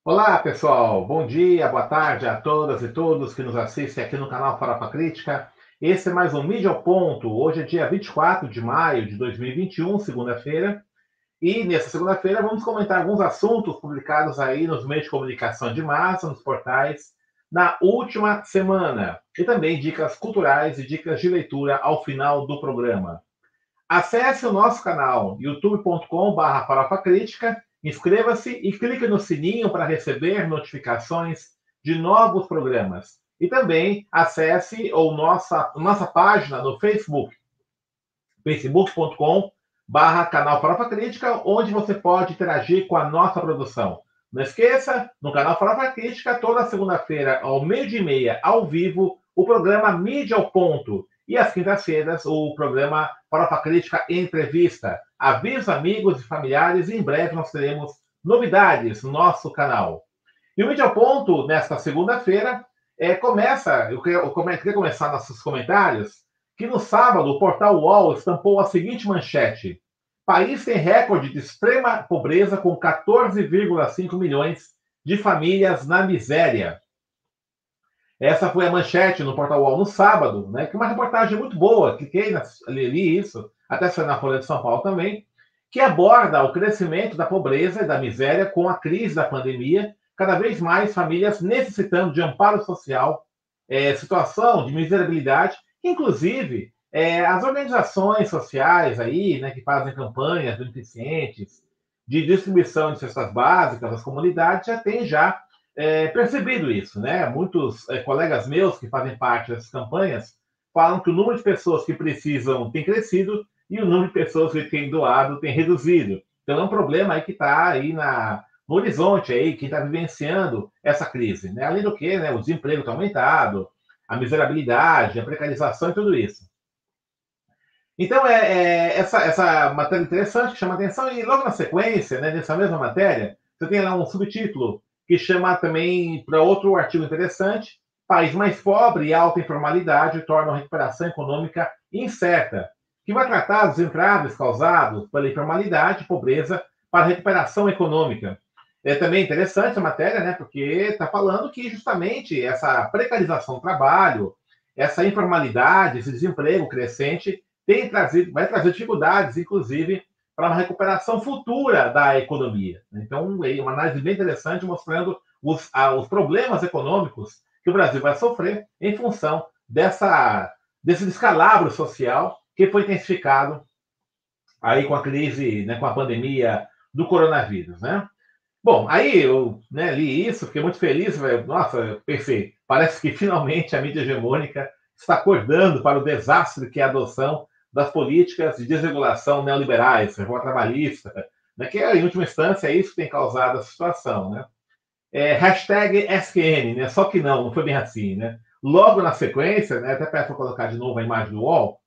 Olá, pessoal. Bom dia, boa tarde a todas e todos que nos assistem aqui no canal Farofa Crítica. Esse é mais um Mídia ao Ponto. Hoje é dia 24 de maio de 2021, segunda-feira. E nessa segunda-feira vamos comentar alguns assuntos publicados aí nos meios de comunicação de massa, nos portais, na última semana. E também dicas culturais e dicas de leitura ao final do programa. Acesse o nosso canal youtube.com/Farofa Crítica, inscreva-se e clique no sininho para receber notificações de novos programas. E também acesse nossa página no Facebook, facebook.com/canal Farofa Crítica, onde você pode interagir com a nossa produção. Não esqueça, no canal Farofa Crítica, toda segunda-feira, ao meio-dia e meia, ao vivo, o programa Mídia ao Ponto. E às quintas-feiras, o programa Farofa Crítica Entrevista. Avisa amigos e familiares, e em breve nós teremos novidades no nosso canal. E o Mídia ao Ponto, nesta segunda-feira, eu queria começar nossos comentários, que no sábado o portal UOL estampou a seguinte manchete: país tem recorde de extrema pobreza com 14,5 milhões de famílias na miséria. Essa foi a manchete no portal UOL no sábado, né? Que é uma reportagem muito boa, cliquei, li isso, até saiu na Folha de São Paulo também, que aborda o crescimento da pobreza e da miséria com a crise da pandemia, cada vez mais famílias necessitando de amparo social, situação de miserabilidade, inclusive as organizações sociais aí, né, que fazem campanhas beneficentes de distribuição de cestas básicas às comunidades já têm percebido isso, né? Muitos colegas meus que fazem parte dessas campanhas falam que o número de pessoas que precisam tem crescido e o número de pessoas que têm doado tem reduzido. Então é um problema aí que está aí no horizonte aí, quem está vivenciando essa crise, né? Além do que, né, o desemprego está aumentado, a miserabilidade, a precarização e tudo isso. Então, essa matéria interessante que chama atenção, e logo na sequência, né, nessa mesma matéria, você tem lá um subtítulo que chama também para outro artigo interessante: país mais pobre e alta informalidade tornam a recuperação econômica incerta, que vai tratar dos entraves causados pela informalidade e pobreza para a recuperação econômica. É também interessante a matéria, né, porque está falando que justamente essa precarização do trabalho, essa informalidade, esse desemprego crescente vai trazer dificuldades, inclusive, para uma recuperação futura da economia. Então, é uma análise bem interessante mostrando os problemas econômicos que o Brasil vai sofrer em função desse descalabro social que foi intensificado aí com a crise, né, com a pandemia do coronavírus, né? Bom, aí eu, né, li isso, fiquei muito feliz. Nossa, eu pensei, parece que finalmente a mídia hegemônica está acordando para o desastre que é a adoção das políticas de desregulação neoliberais, reforma trabalhista, né, que em última instância é isso que tem causado a situação, né? Hashtag SQN, né? Só que não foi bem assim, né? Logo na sequência, né, até peço para colocar de novo a imagem do UOL,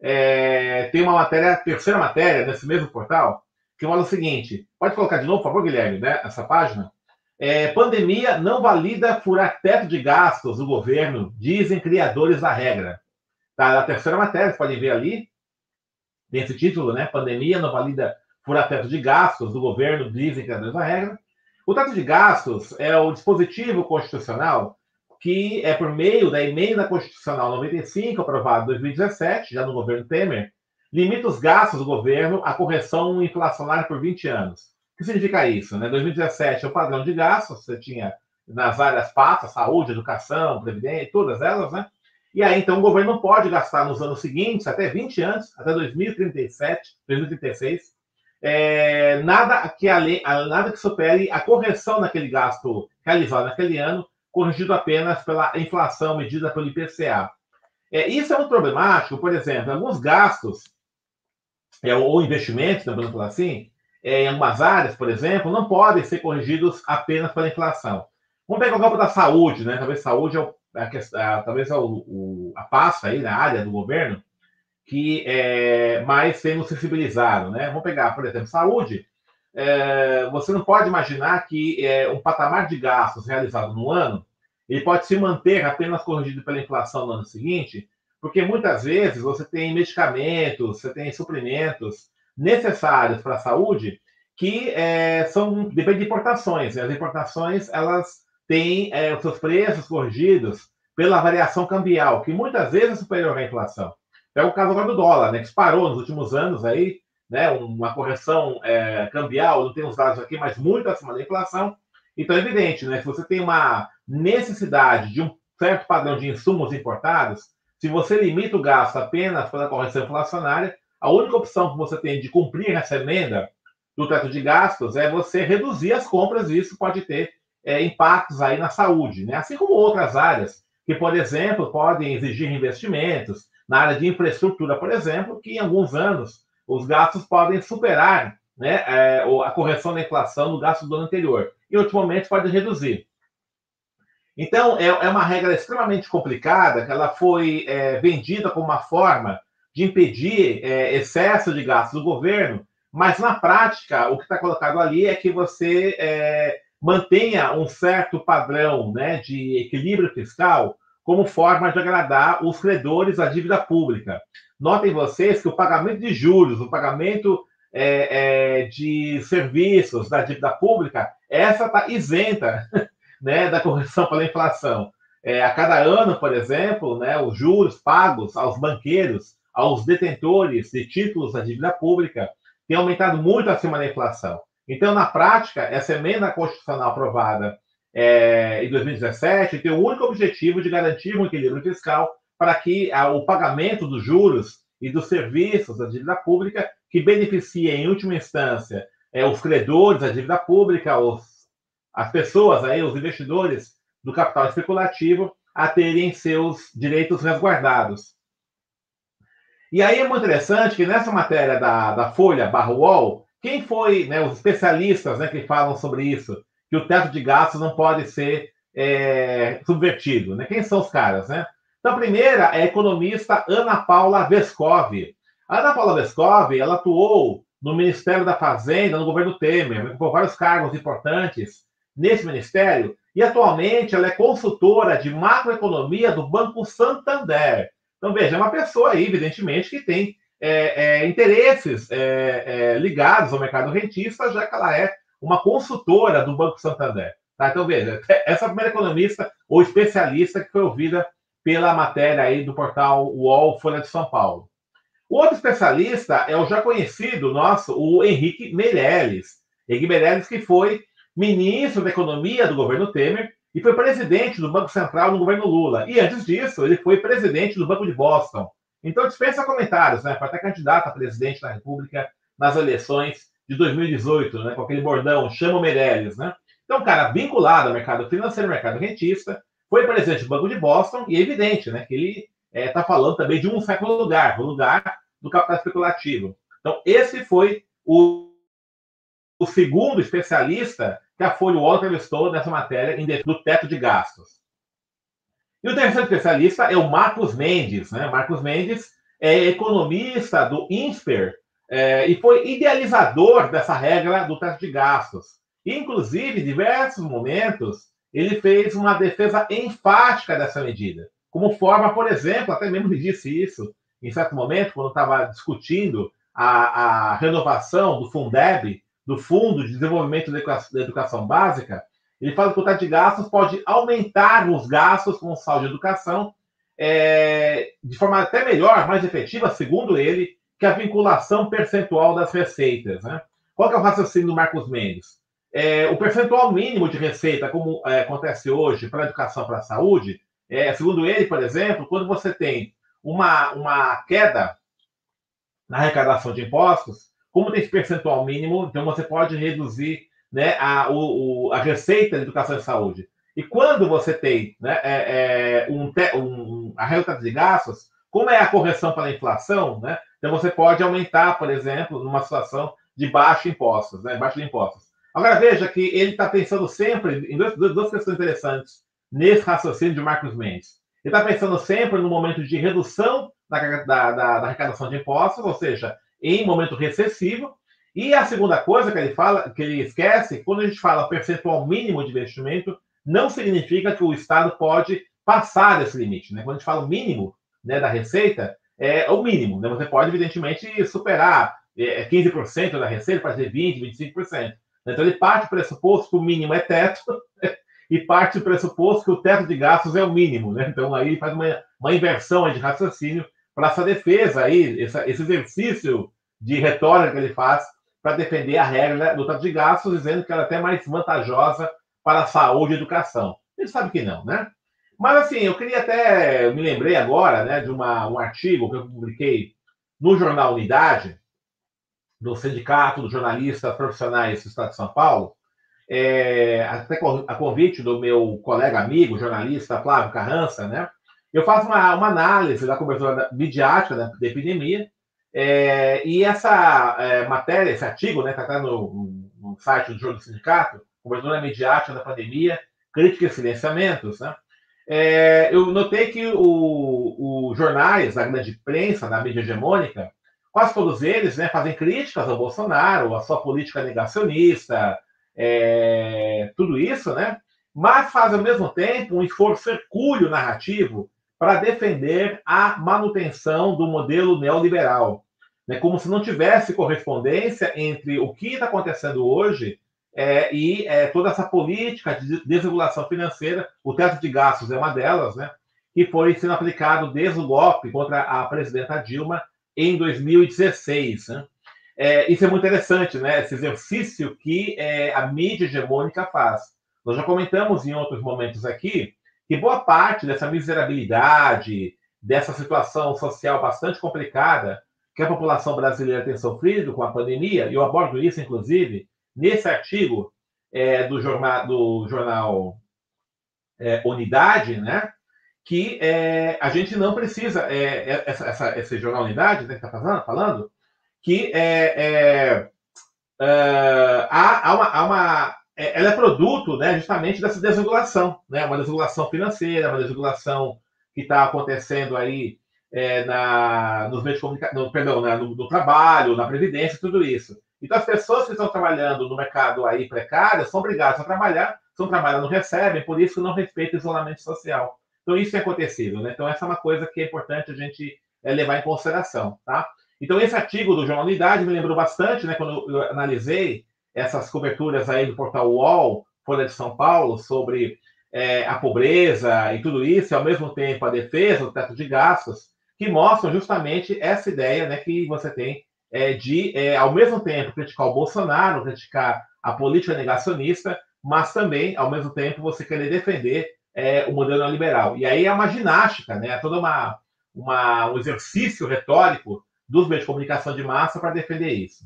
tem uma matéria, terceira matéria, nesse mesmo portal, que fala o seguinte: pode colocar de novo, por favor, Guilherme, né, essa página? Pandemia não valida furar teto de gastos do governo, dizem criadores da regra. Tá, a terceira matéria, vocês podem ver ali, tem esse título, né? Pandemia não valida furar teto de gastos do governo, dizem criadores da regra. O teto de gastos é o dispositivo constitucional que é por meio da emenda constitucional 95, aprovada em 2017, já no governo Temer, limita os gastos do governo à correção inflacionária por 20 anos. O que significa isso? Né? 2017 é o padrão de gastos, você tinha nas áreas pastas, saúde, educação, previdência, todas elas, né? E aí, então, o governo não pode gastar nos anos seguintes, até 20 anos, até 2037, 2036, nada que supere a correção daquele gasto realizado naquele ano, corrigido apenas pela inflação medida pelo IPCA. Isso é muito problemático, por exemplo, alguns gastos ou investimentos, né, vamos falar assim, em algumas áreas, por exemplo, não podem ser corrigidos apenas pela inflação. Vamos pegar o campo da saúde, né? Talvez saúde talvez a pasta aí na área do governo que mais tem nos sensibilizado, né? Vamos pegar, por exemplo, saúde. Você não pode imaginar que um patamar de gastos realizado no ano ele pode se manter apenas corrigido pela inflação no ano seguinte, porque muitas vezes você tem medicamentos, você tem suprimentos necessários para a saúde que dependem de importações. As importações, elas têm os seus preços corrigidos pela variação cambial, que muitas vezes é superior à inflação. É o caso agora do dólar, né, que disparou nos últimos anos aí, né, uma correção cambial, não tenho os dados aqui, mas muito acima da inflação. Então é evidente, né, se você tem uma necessidade de um certo padrão de insumos importados, se você limita o gasto apenas pela correção inflacionária, a única opção que você tem de cumprir essa emenda do teto de gastos é você reduzir as compras, e isso pode ter impactos aí na saúde, né? Assim como outras áreas que, por exemplo, podem exigir investimentos na área de infraestrutura, por exemplo, que em alguns anos os gastos podem superar, né, a correção da inflação do gasto do ano anterior. Em outros momentos pode reduzir. Então, é uma regra extremamente complicada, que ela foi vendida como uma forma de impedir excesso de gastos do governo, mas, na prática, o que está colocado ali é que você mantenha um certo padrão, né, de equilíbrio fiscal como forma de agradar os credores da dívida pública. Notem vocês que o pagamento de juros, o pagamento de serviços da dívida pública, essa está isenta, né, da correção pela inflação. A cada ano, por exemplo, né, os juros pagos aos banqueiros, aos detentores de títulos da dívida pública, têm aumentado muito acima da inflação. Então, na prática, essa emenda constitucional aprovada em 2017 tem o único objetivo de garantir um equilíbrio fiscal para que o pagamento dos juros e dos serviços da dívida pública, que beneficia, em última instância, os credores da dívida pública, as pessoas, aí, os investidores do capital especulativo, a terem seus direitos resguardados. E aí é muito interessante que nessa matéria da Folha/UOL, quem foi, né, os especialistas, né, que falam sobre isso, que o teto de gastos não pode ser subvertido, né? Quem são os caras, né? Então, a primeira é a economista Ana Paula Vescov. A Ana Paula Vescov, ela atuou no Ministério da Fazenda, no governo Temer, ocupou vários cargos importantes nesse ministério, e atualmente ela é consultora de macroeconomia do Banco Santander. Então, veja, é uma pessoa aí, evidentemente, que tem interesses ligados ao mercado rentista, já que ela é uma consultora do Banco Santander. Tá? Então, veja, essa é a primeira economista ou especialista que foi ouvida pela matéria aí do portal UOL Folha de São Paulo. O outro especialista é o já conhecido nosso, o Henrique Meirelles. Henrique Meirelles, que foi ministro da Economia do governo Temer e foi presidente do Banco Central no governo Lula. E antes disso, ele foi presidente do Banco de Boston. Então, dispensa comentários, né? Foi até candidato a presidente da República nas eleições de 2018, né? Com aquele bordão, chama o Meirelles, né? Então, cara vinculado ao mercado financeiro, ao mercado rentista, foi presidente do Banco de Boston e é evidente, né? Que ele está falando também de um certo lugar, o lugar do capital especulativo. Então, esse foi o segundo especialista que a Folha UOL entrevistou nessa matéria do teto de gastos. E o terceiro especialista é o Marcos Mendes. Né? Marcos Mendes é economista do INSPER e foi idealizador dessa regra do teto de gastos. E, inclusive, em diversos momentos, ele fez uma defesa enfática dessa medida. Como forma, por exemplo, até mesmo ele disse isso em certo momento, quando estava discutindo a renovação do Fundeb, do Fundo de Desenvolvimento da Educação Básica, ele fala que o teto de gastos pode aumentar os gastos com o saldo de educação de forma até melhor, mais efetiva, segundo ele, que a vinculação percentual das receitas. Né? Qual que é o raciocínio do Marcos Mendes? O percentual mínimo de receita, como acontece hoje para a educação, para a saúde, segundo ele, por exemplo, quando você tem uma queda na arrecadação de impostos, como tem esse percentual mínimo, então você pode reduzir, né, a receita de educação e saúde. E quando você tem, né, a realização de gastos, como é a correção pela inflação, né, então você pode aumentar, por exemplo, numa situação de baixo impostos, né, baixo de impostos. Agora veja que ele está pensando sempre em duas questões interessantes nesse raciocínio de Marcos Mendes. Ele está pensando sempre no momento de redução da arrecadação de impostos, ou seja, em momento recessivo. E a segunda coisa que ele fala, que ele esquece, quando a gente fala percentual mínimo de investimento, não significa que o Estado pode passar desse limite. Né? Quando a gente fala mínimo, né, da receita, é o mínimo. Né? Você pode, evidentemente, superar 15% da receita, pode ser 20%, 25%. Então, ele parte do pressuposto que o mínimo é teto e parte do pressuposto que o teto de gastos é o mínimo, né? Então, aí ele faz uma inversão aí de raciocínio para essa defesa aí, esse exercício de retórica que ele faz para defender a regra do teto de gastos, dizendo que ela é até mais vantajosa para a saúde e educação. Ele sabe que não, né? Mas, assim, eu queria até... Eu me lembrei agora, né, de um artigo que eu publiquei no jornal Unidade, do Sindicato dos Jornalistas Profissionais do Estado de São Paulo, até a convite do meu colega amigo, jornalista Flávio Carrança, né? Eu faço uma análise da cobertura midiática da epidemia, e essa matéria, esse artigo, né, está no site do Sindicato, cobertura midiática da pandemia, crítica e silenciamentos, né? Eu notei que os jornais da grande imprensa, da mídia hegemônica, quase todos eles, né, fazem críticas ao Bolsonaro, à sua política negacionista, tudo isso, né? Mas faz ao mesmo tempo um esforço hercúleo narrativo para defender a manutenção do modelo neoliberal, né? Como se não tivesse correspondência entre o que está acontecendo hoje e toda essa política de desregulação financeira. O teto de gastos é uma delas, né? Que foi sendo aplicado desde o golpe contra a presidenta Dilma em 2016, né? Isso é muito interessante, né? Esse exercício que a mídia hegemônica faz. Nós já comentamos em outros momentos aqui que boa parte dessa miserabilidade, dessa situação social bastante complicada que a população brasileira tem sofrido com a pandemia, e eu abordo isso, inclusive, nesse artigo do jornal Unidade, né? Que a gente não precisa, esse jornal Unidade, né, que está falando, que ela é produto, né, justamente dessa desregulação, né, uma desregulação financeira, uma desregulação que está acontecendo aí nos meios de comunicação, perdão, no trabalho, na previdência, tudo isso. Então, as pessoas que estão trabalhando no mercado aí precário são obrigadas a trabalhar, estão trabalhando, não recebem, por isso não respeitam o isolamento social. Então, isso tem acontecido, né? Então, essa é uma coisa que é importante a gente levar em consideração, tá? Então, esse artigo do Jornal Unidade me lembrou bastante, né, quando eu analisei essas coberturas aí do portal UOL, Folha de São Paulo, sobre a pobreza e tudo isso, e ao mesmo tempo a defesa do teto de gastos, que mostram justamente essa ideia, né, que você tem de, ao mesmo tempo, criticar o Bolsonaro, criticar a política negacionista, mas também, ao mesmo tempo, você querer defender o modelo neoliberal. E aí é uma ginástica, né, todo um exercício retórico dos meios de comunicação de massa para defender isso.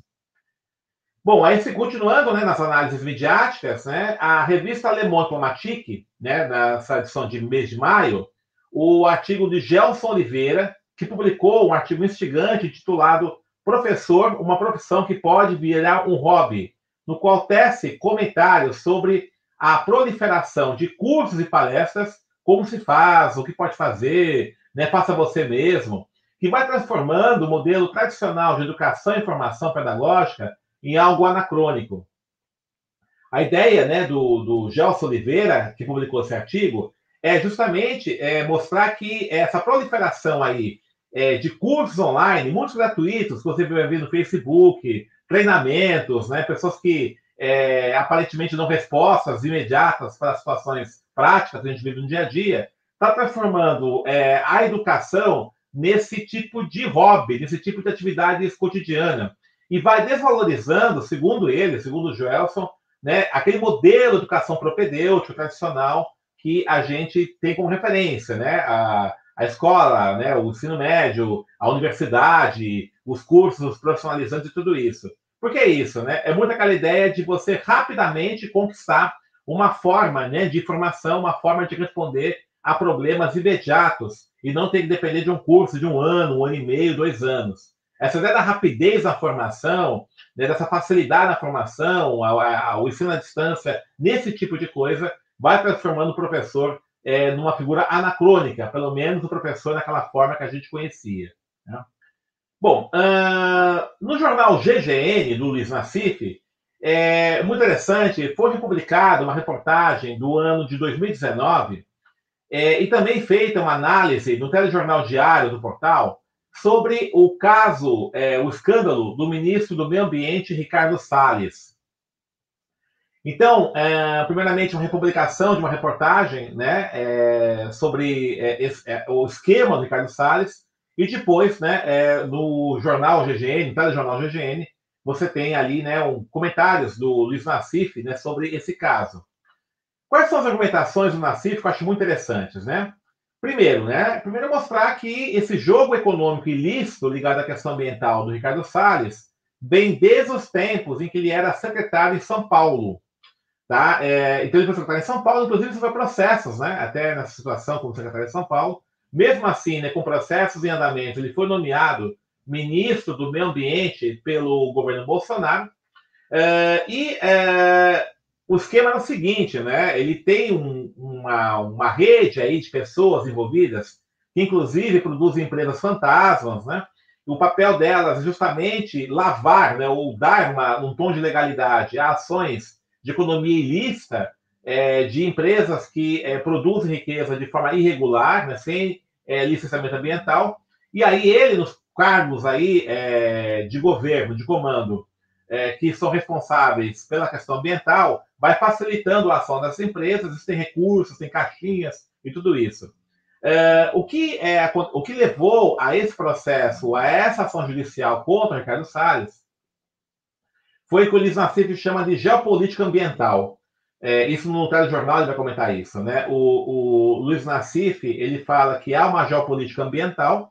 Bom, aí continuando, né, nas análises midiáticas, né, a revista Le Monde Diplomatique, né, nessa edição de mês de maio, o artigo de Gelson Oliveira, que publicou um artigo instigante intitulado Professor, uma profissão que pode virar um hobby, no qual tece comentários sobre a proliferação de cursos e palestras, como se faz, o que pode fazer, né, faça você mesmo, que vai transformando o modelo tradicional de educação e formação pedagógica em algo anacrônico. A ideia, né, do Gelson Oliveira, que publicou esse artigo, é justamente mostrar que essa proliferação aí de cursos online, muitos gratuitos, que você vai ver no Facebook, treinamentos, né, pessoas que aparentemente dão respostas imediatas para situações práticas que a gente vive no dia a dia, está transformando a educação nesse tipo de hobby, nesse tipo de atividade cotidiana. E vai desvalorizando, segundo ele, segundo o Gelson, né, aquele modelo de educação propedêutica tradicional que a gente tem como referência, né? A escola, né, o ensino médio, a universidade, os cursos profissionalizantes e tudo isso. Por que isso, né? É muito aquela ideia de você rapidamente conquistar uma forma, né, de informação, uma forma de responder a problemas imediatos e não ter que depender de um curso de um ano e meio, 2 anos. Essa ideia da rapidez na formação, né, dessa facilidade na formação, o ensino à distância, nesse tipo de coisa, vai transformando o professor numa figura anacrônica, pelo menos o professor naquela forma que a gente conhecia, né? Bom, no jornal GGN, do Luiz Nassif, muito interessante, foi publicada uma reportagem do ano de 2019, e também feita uma análise no telejornal diário do portal, sobre o caso, o escândalo do ministro do Meio Ambiente, Ricardo Salles. Então, primeiramente, uma republicação de uma reportagem, né, sobre o esquema do Ricardo Salles, e depois, né, no jornal GGN, no telejornal GGN, você tem ali, né, comentários do Luiz Nassif, né, sobre esse caso. Quais são as argumentações do Nassif que eu acho muito interessantes, né? Primeiro, mostrar que esse jogo econômico ilícito ligado à questão ambiental do Ricardo Salles vem desde os tempos em que ele era secretário em São Paulo. Tá? Então ele foi secretário em São Paulo, inclusive sofreu processos, né? Até nessa situação como secretário em São Paulo. Mesmo assim, né, com processos em andamento, ele foi nomeado ministro do Meio Ambiente pelo governo Bolsonaro. O esquema é o seguinte, né? Ele tem uma rede aí de pessoas envolvidas, que inclusive produzem empresas fantasmas, né? O papel delas é justamente lavar, né, ou dar um tom de legalidade a ações de economia ilícita, de empresas que produzem riqueza de forma irregular, né, sem licenciamento ambiental. E aí ele, nos cargos aí de governo, de comando, que são responsáveis pela questão ambiental, vai facilitando a ação das empresas, tem recursos, tem caixinhas e tudo isso. O que levou a esse processo, a essa ação judicial contra o Ricardo Salles, foi o que o Luiz Nassif chama de geopolítica ambiental. Isso no telejornal ele vai comentar isso, né? O Luiz Nassif, ele fala que há uma geopolítica ambiental.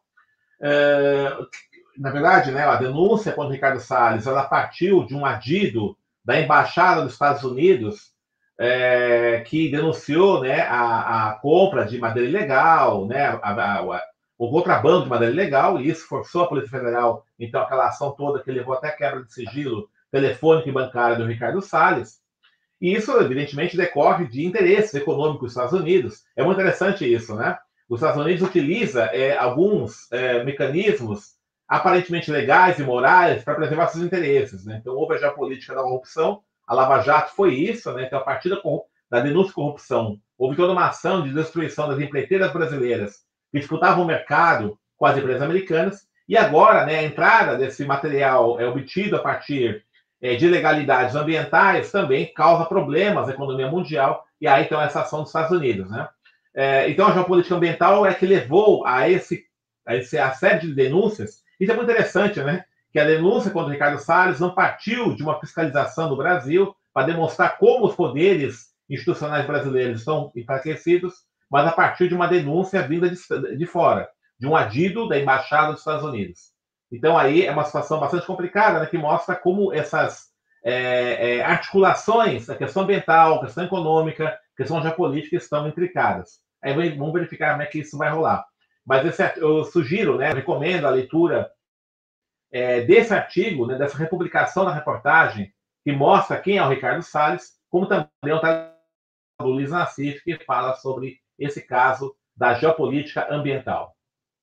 Na verdade, né, a denúncia contra o Ricardo Salles, ela partiu de um adido da Embaixada dos Estados Unidos, que denunciou, né, a compra de madeira ilegal, né, o contrabando de madeira ilegal, e isso forçou a Polícia Federal, então, aquela ação toda que levou até a quebra de sigilo telefônico e bancária do Ricardo Salles. E isso, evidentemente, decorre de interesses econômicos dos Estados Unidos. É muito interessante isso, né? Os Estados Unidos utiliza alguns mecanismos aparentemente legais e morais para preservar seus interesses, né? Então, houve já a política da corrupção, a Lava Jato foi isso, né? Então, a partir da denúncia de corrupção, houve toda uma ação de destruição das empreiteiras brasileiras que disputavam o mercado com as empresas americanas, e agora, né, a entrada desse material obtido a partir de ilegalidades ambientais também causa problemas na economia mundial, e aí então essa ação dos Estados Unidos, né? Então a geopolítica ambiental é que levou a série de denúncias. Isso é muito interessante, né? Que a denúncia contra o Ricardo Salles não partiu de uma fiscalização do Brasil para demonstrar como os poderes institucionais brasileiros estão enfraquecidos, mas a partir de uma denúncia vinda de fora, de um adido da Embaixada dos Estados Unidos. Então, aí é uma situação bastante complicada, né, que mostra como essas articulações, a questão ambiental, a questão econômica, a questão geopolítica estão intricadas. Aí vamos verificar como é que isso vai rolar. Mas eu sugiro, né, recomendo a leitura desse artigo, né, dessa republicação da reportagem, que mostra quem é o Ricardo Salles, como também o Luiz Nassif, que fala sobre esse caso da geopolítica ambiental.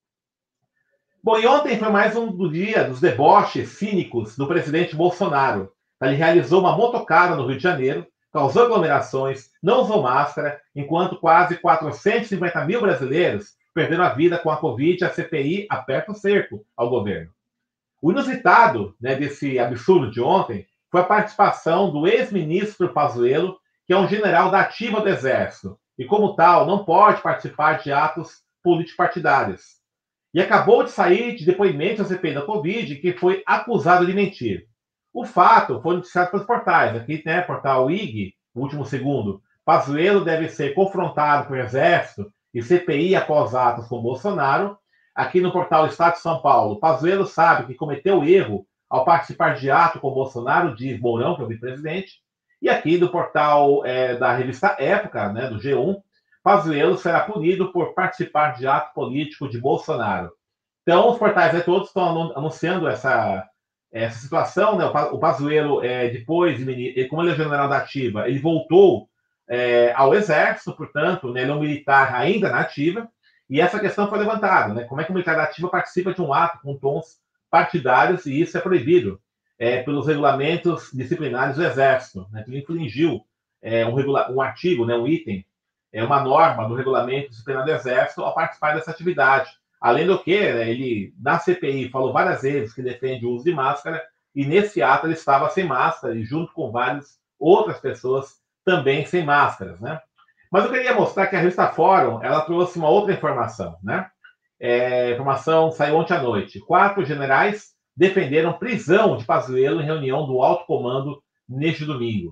Bom, e ontem foi mais um dia dos deboches cínicos do presidente Bolsonaro. Ele realizou uma motocada no Rio de Janeiro, causou aglomerações, não usou máscara, enquanto quase 450 mil brasileiros perderam a vida com a Covid e a CPI aperta o cerco ao governo. O inusitado, né, desse absurdo de ontem foi a participação do ex-ministro Pazuello, que é um general da ativa do Exército, e como tal não pode participar de atos político-partidários. E acabou de sair de depoimento da CPI da Covid, que foi acusado de mentir. O fato foi noticiado pelos portais. Aqui tem, né, portal IG, o último segundo. Pazuello deve ser confrontado pelo Exército e CPI após atos com Bolsonaro. Aqui no portal Estado de São Paulo, Pazuello sabe que cometeu erro ao participar de ato com Bolsonaro, diz Mourão, que é o vice-presidente. E aqui do portal da revista Época, né, do G1, Pazuello será punido por participar de ato político de Bolsonaro. Então, os portais todos estão anunciando essa situação, né? O Pazuello, depois, como ele é general da ativa, ele voltou ao Exército, portanto, né, ele é um militar ainda na ativa, e essa questão foi levantada, né? Como é que o militar da ativa participa de um ato com tons partidários, e isso é proibido pelos regulamentos disciplinares do Exército, né? Ele infringiu um artigo, né, um item, uma norma do regulamento disciplinar do Exército ao participar dessa atividade. Além do que, né, ele, na CPI, falou várias vezes que defende o uso de máscara, e nesse ato ele estava sem máscara, e junto com várias outras pessoas também sem máscaras, né? Mas eu queria mostrar que a revista Fórum, ela trouxe uma outra informação, né? A informação saiu ontem à noite. 4 generais defenderam prisão de Pazuello em reunião do alto comando neste domingo.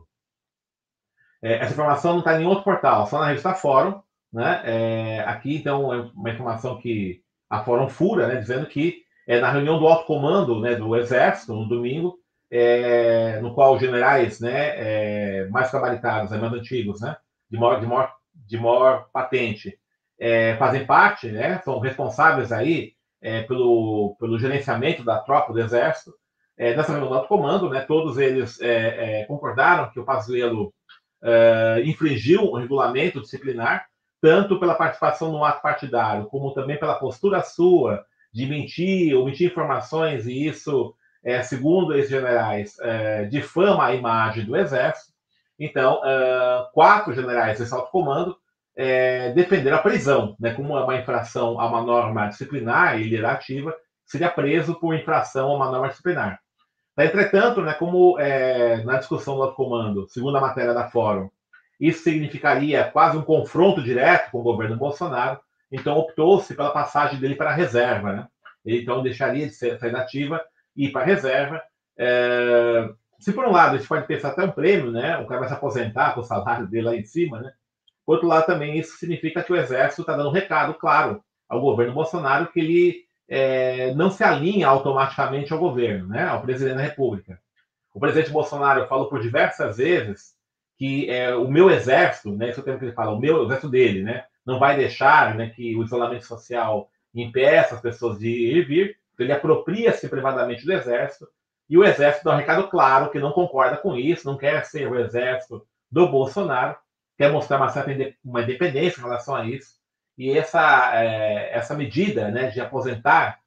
Essa informação não está em nenhum outro portal, só na revista Fórum, né? Aqui, então, é uma informação que a Fórum fura, né? Dizendo que na reunião do alto comando, né, do Exército, no domingo, no qual os generais, né, mais gabaritados, mais antigos, né, de maior patente, fazem parte, né, são responsáveis aí pelo gerenciamento da tropa do Exército. Nessa reunião do alto comando, né, todos eles concordaram que o Pazuello infringiu o regulamento disciplinar, tanto pela participação no ato partidário, como também pela postura sua de mentir, omitir informações, e isso, segundo esses generais, difama a imagem do Exército. Então, 4 generais desse alto comando defenderam a prisão, né, como uma infração a uma norma disciplinar e liderativa, seria preso por infração a uma norma disciplinar. Entretanto, né, como na discussão do alto comando, segundo a matéria da Fórum, isso significaria quase um confronto direto com o governo Bolsonaro, então optou-se pela passagem dele para a reserva. Né? Ele então deixaria de sair da ativa e ir para a reserva. Se por um lado a gente pode pensar até um prêmio, né? O cara vai se aposentar com o salário dele lá em cima, né? Por outro lado, também isso significa que o Exército está dando um recado, claro, ao governo Bolsonaro, que ele não se alinha automaticamente ao governo, né? Ao presidente da República. O presidente Bolsonaro falou por diversas vezes que o meu exército, né, isso é o termo que ele fala, o meu exército dele, né, não vai deixar, né, que o isolamento social impeça as pessoas de ir e vir, então ele apropria-se privadamente do exército, e o exército dá um recado claro que não concorda com isso, não quer ser o exército do Bolsonaro, quer mostrar uma certa uma independência em relação a isso, e essa medida, né, de aposentar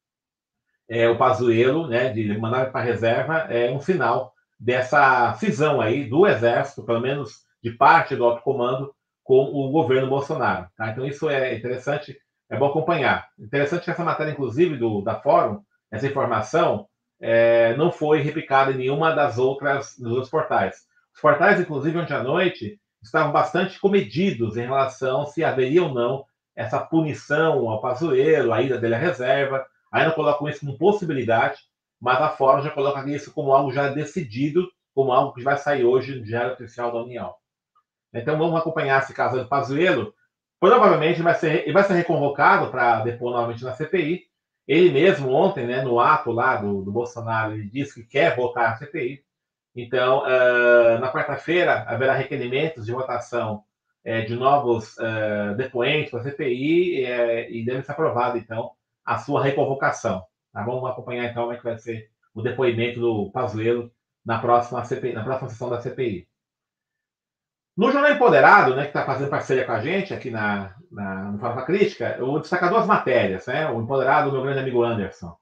o Pazuello, né, de mandar para a reserva, é um sinal dessa cisão aí do Exército, pelo menos de parte do alto comando, com o governo Bolsonaro. Tá? Então isso é interessante, é bom acompanhar. Interessante que essa matéria, inclusive, da Fórum, essa informação, não foi replicada em nenhuma dos outros portais. Os portais, inclusive, ontem à noite, estavam bastante comedidos em relação se haveria ou não essa punição ao Pazuello, a ida dele à reserva. Ainda colocam isso como possibilidade, mas a Fórum já coloca isso como algo já decidido, como algo que vai sair hoje no Diário Oficial da União. Então vamos acompanhar esse caso do Pazuello. Provavelmente ele vai ser reconvocado para depor novamente na CPI. Ele mesmo ontem, né, no ato lá do Bolsonaro, ele disse que quer voltar à CPI. Então, na quarta-feira, haverá requerimentos de votação de novos depoentes para a CPI e deve ser aprovado, então, a sua reconvocação. Tá? Vamos acompanhar, então, como é que vai ser o depoimento do Pazuello na próxima sessão da CPI. No Jornal Empoderado, né, que está fazendo parceria com a gente aqui no Farofa Crítica, eu vou destacar 2 matérias. Né? O Empoderado, do meu grande amigo Anderson.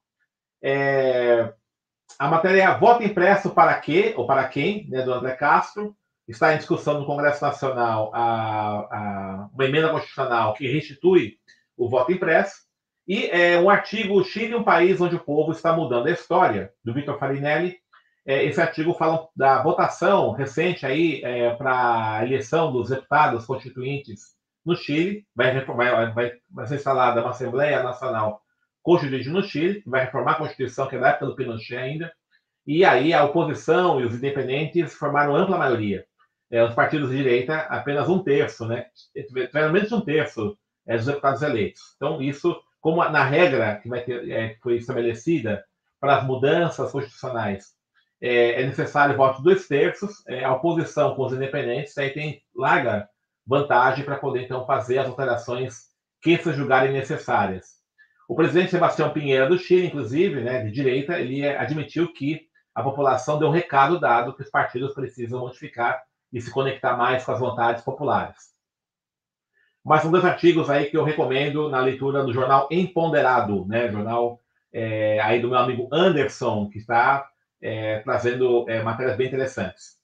A matéria é Voto Impresso para quê, ou para quem, né, do André Castro. Está em discussão no Congresso Nacional uma emenda constitucional que restitui o voto impresso. E um artigo, Chile, um país onde o povo está mudando a história, do Vitor Farinelli. Esse artigo fala da votação recente aí para a eleição dos deputados constituintes no Chile. Vai ser instalada uma Assembleia Nacional Constituinte no Chile, que vai reformar a Constituição, que é da época do Pinochet ainda. E aí a oposição e os independentes formaram ampla maioria. Os partidos de direita, apenas 1/3, né? Pelo menos 1/3 dos deputados eleitos. Então, isso, como na regra que foi estabelecida para as mudanças constitucionais, é necessário o voto de 2/3, a oposição com os independentes aí tem larga vantagem para poder, então, fazer as alterações que se julgarem necessárias. O presidente Sebastião Pinheira do Chile, inclusive, né, de direita, ele admitiu que a população deu um recado dado que os partidos precisam modificar e se conectar mais com as vontades populares. Mas são 2 artigos aí que eu recomendo na leitura do jornal Empoderado, né, jornal aí do meu amigo Anderson, que está trazendo matérias bem interessantes.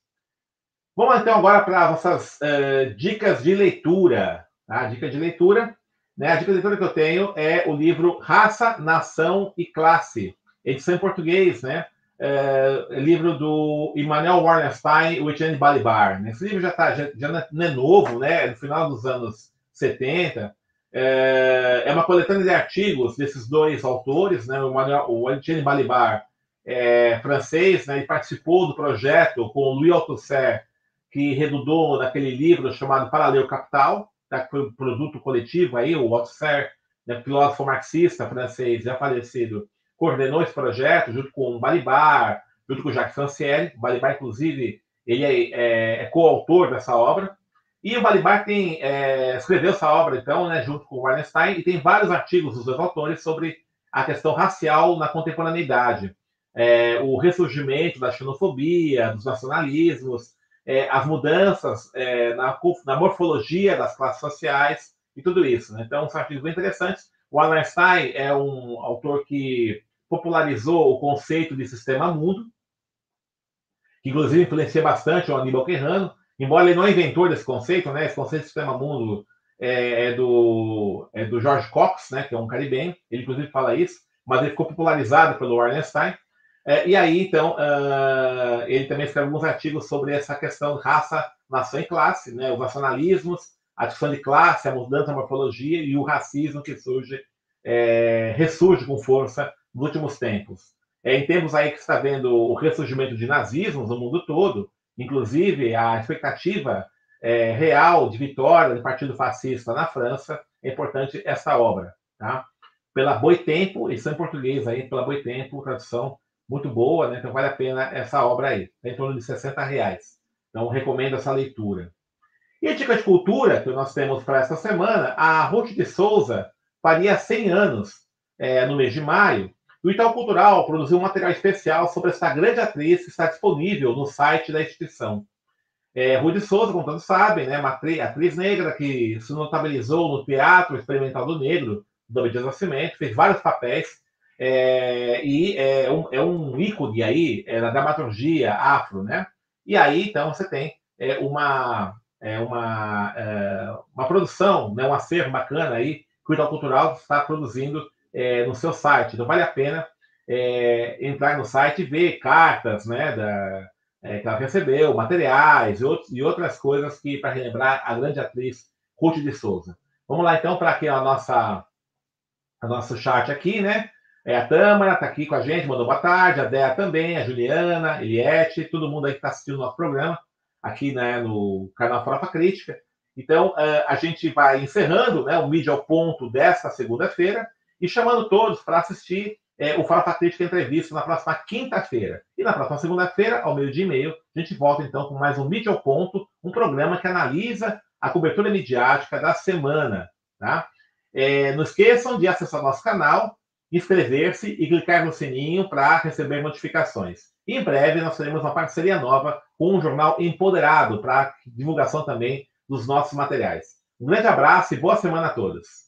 Vamos então agora para as nossas dicas de leitura. Tá? Dica de leitura. né? A dica de leitura que eu tenho é o livro Raça, Nação e Classe, edição em português, né? Livro do Immanuel Wallerstein e o Etienne Balibar. Esse livro já não é novo, né? É do final dos anos 70. É uma coletânea de artigos desses dois autores, né? O Etienne Balibar é francês, né? Ele participou do projeto com o Louis Althusser, que redundou naquele livro chamado Paralelo Capital, tá? Que foi um produto coletivo aí, o Althusser, né? Filósofo marxista francês já falecido, coordenou esse projeto junto com o Balibar, junto com o Jacques Rancière. O Balibar, inclusive, ele é coautor dessa obra. E o Balibar escreveu essa obra, então, né, junto com o Wallerstein, e tem vários artigos dos dois autores sobre a questão racial na contemporaneidade. O ressurgimento da xenofobia, dos nacionalismos, as mudanças na morfologia das classes sociais e tudo isso, né? Então, são artigos bem interessantes. O Wallerstein é um autor que popularizou o conceito de sistema mundo, que inclusive influencia bastante o Aníbal Querrano, embora ele não é inventor desse conceito, né? Esse conceito de sistema mundo é do George Cox, né? Que é um caribenho, ele inclusive fala isso, mas ele ficou popularizado pelo Wallerstein. E aí, então, ele também escreve alguns artigos sobre essa questão de raça, nação e classe, né? Os nacionalismos, a discussão de classe, a mudança da morfologia e o racismo que ressurge com força nos últimos tempos. Em tempos aí que está vendo o ressurgimento de nazismos no mundo todo, inclusive a expectativa real de vitória do Partido Fascista na França, é importante essa obra, tá? Pela Boitempo, edição em português aí, pela Boitempo, tradução muito boa, né? Então vale a pena essa obra aí, tá em torno de R$60. Então recomendo essa leitura. E a dica de cultura que nós temos para essa semana, a Ruth de Souza faria 100 anos no mês de maio. O Itaú Cultural produziu um material especial sobre essa grande atriz que está disponível no site da instituição. Ruth de Souza, como todos sabem, né, uma atriz negra que se notabilizou no Teatro Experimental do Negro, do Abdias Nascimento, fez vários papéis, e é um ícone aí na dramaturgia afro, né? E aí, então, você tem uma produção, né, um acervo bacana aí, que o Itaú Cultural está produzindo no seu site. Então, vale a pena entrar no site e ver cartas, né, que ela recebeu, materiais e outras coisas que para relembrar a grande atriz Ruth de Souza. Vamos lá, então, para aqui a nosso chat aqui, né? A Tâmara está aqui com a gente, mandou boa tarde, a Déa também, a Juliana, a Eliette, todo mundo aí que está assistindo o nosso programa, aqui, né, no canal Farofa Crítica. Então, a gente vai encerrando, né, o Mídia ao Ponto desta segunda-feira e chamando todos para assistir o Farofa Crítica Entrevista na próxima quinta-feira. E na próxima segunda-feira, ao 12h30, a gente volta, então, com mais um Mídia ao Ponto, um programa que analisa a cobertura midiática da semana, tá? Não esqueçam de acessar nosso canal, inscrever-se e clicar no sininho para receber notificações. E em breve nós teremos uma parceria nova com o Jornal Empoderado para divulgação também dos nossos materiais. Um grande abraço e boa semana a todos.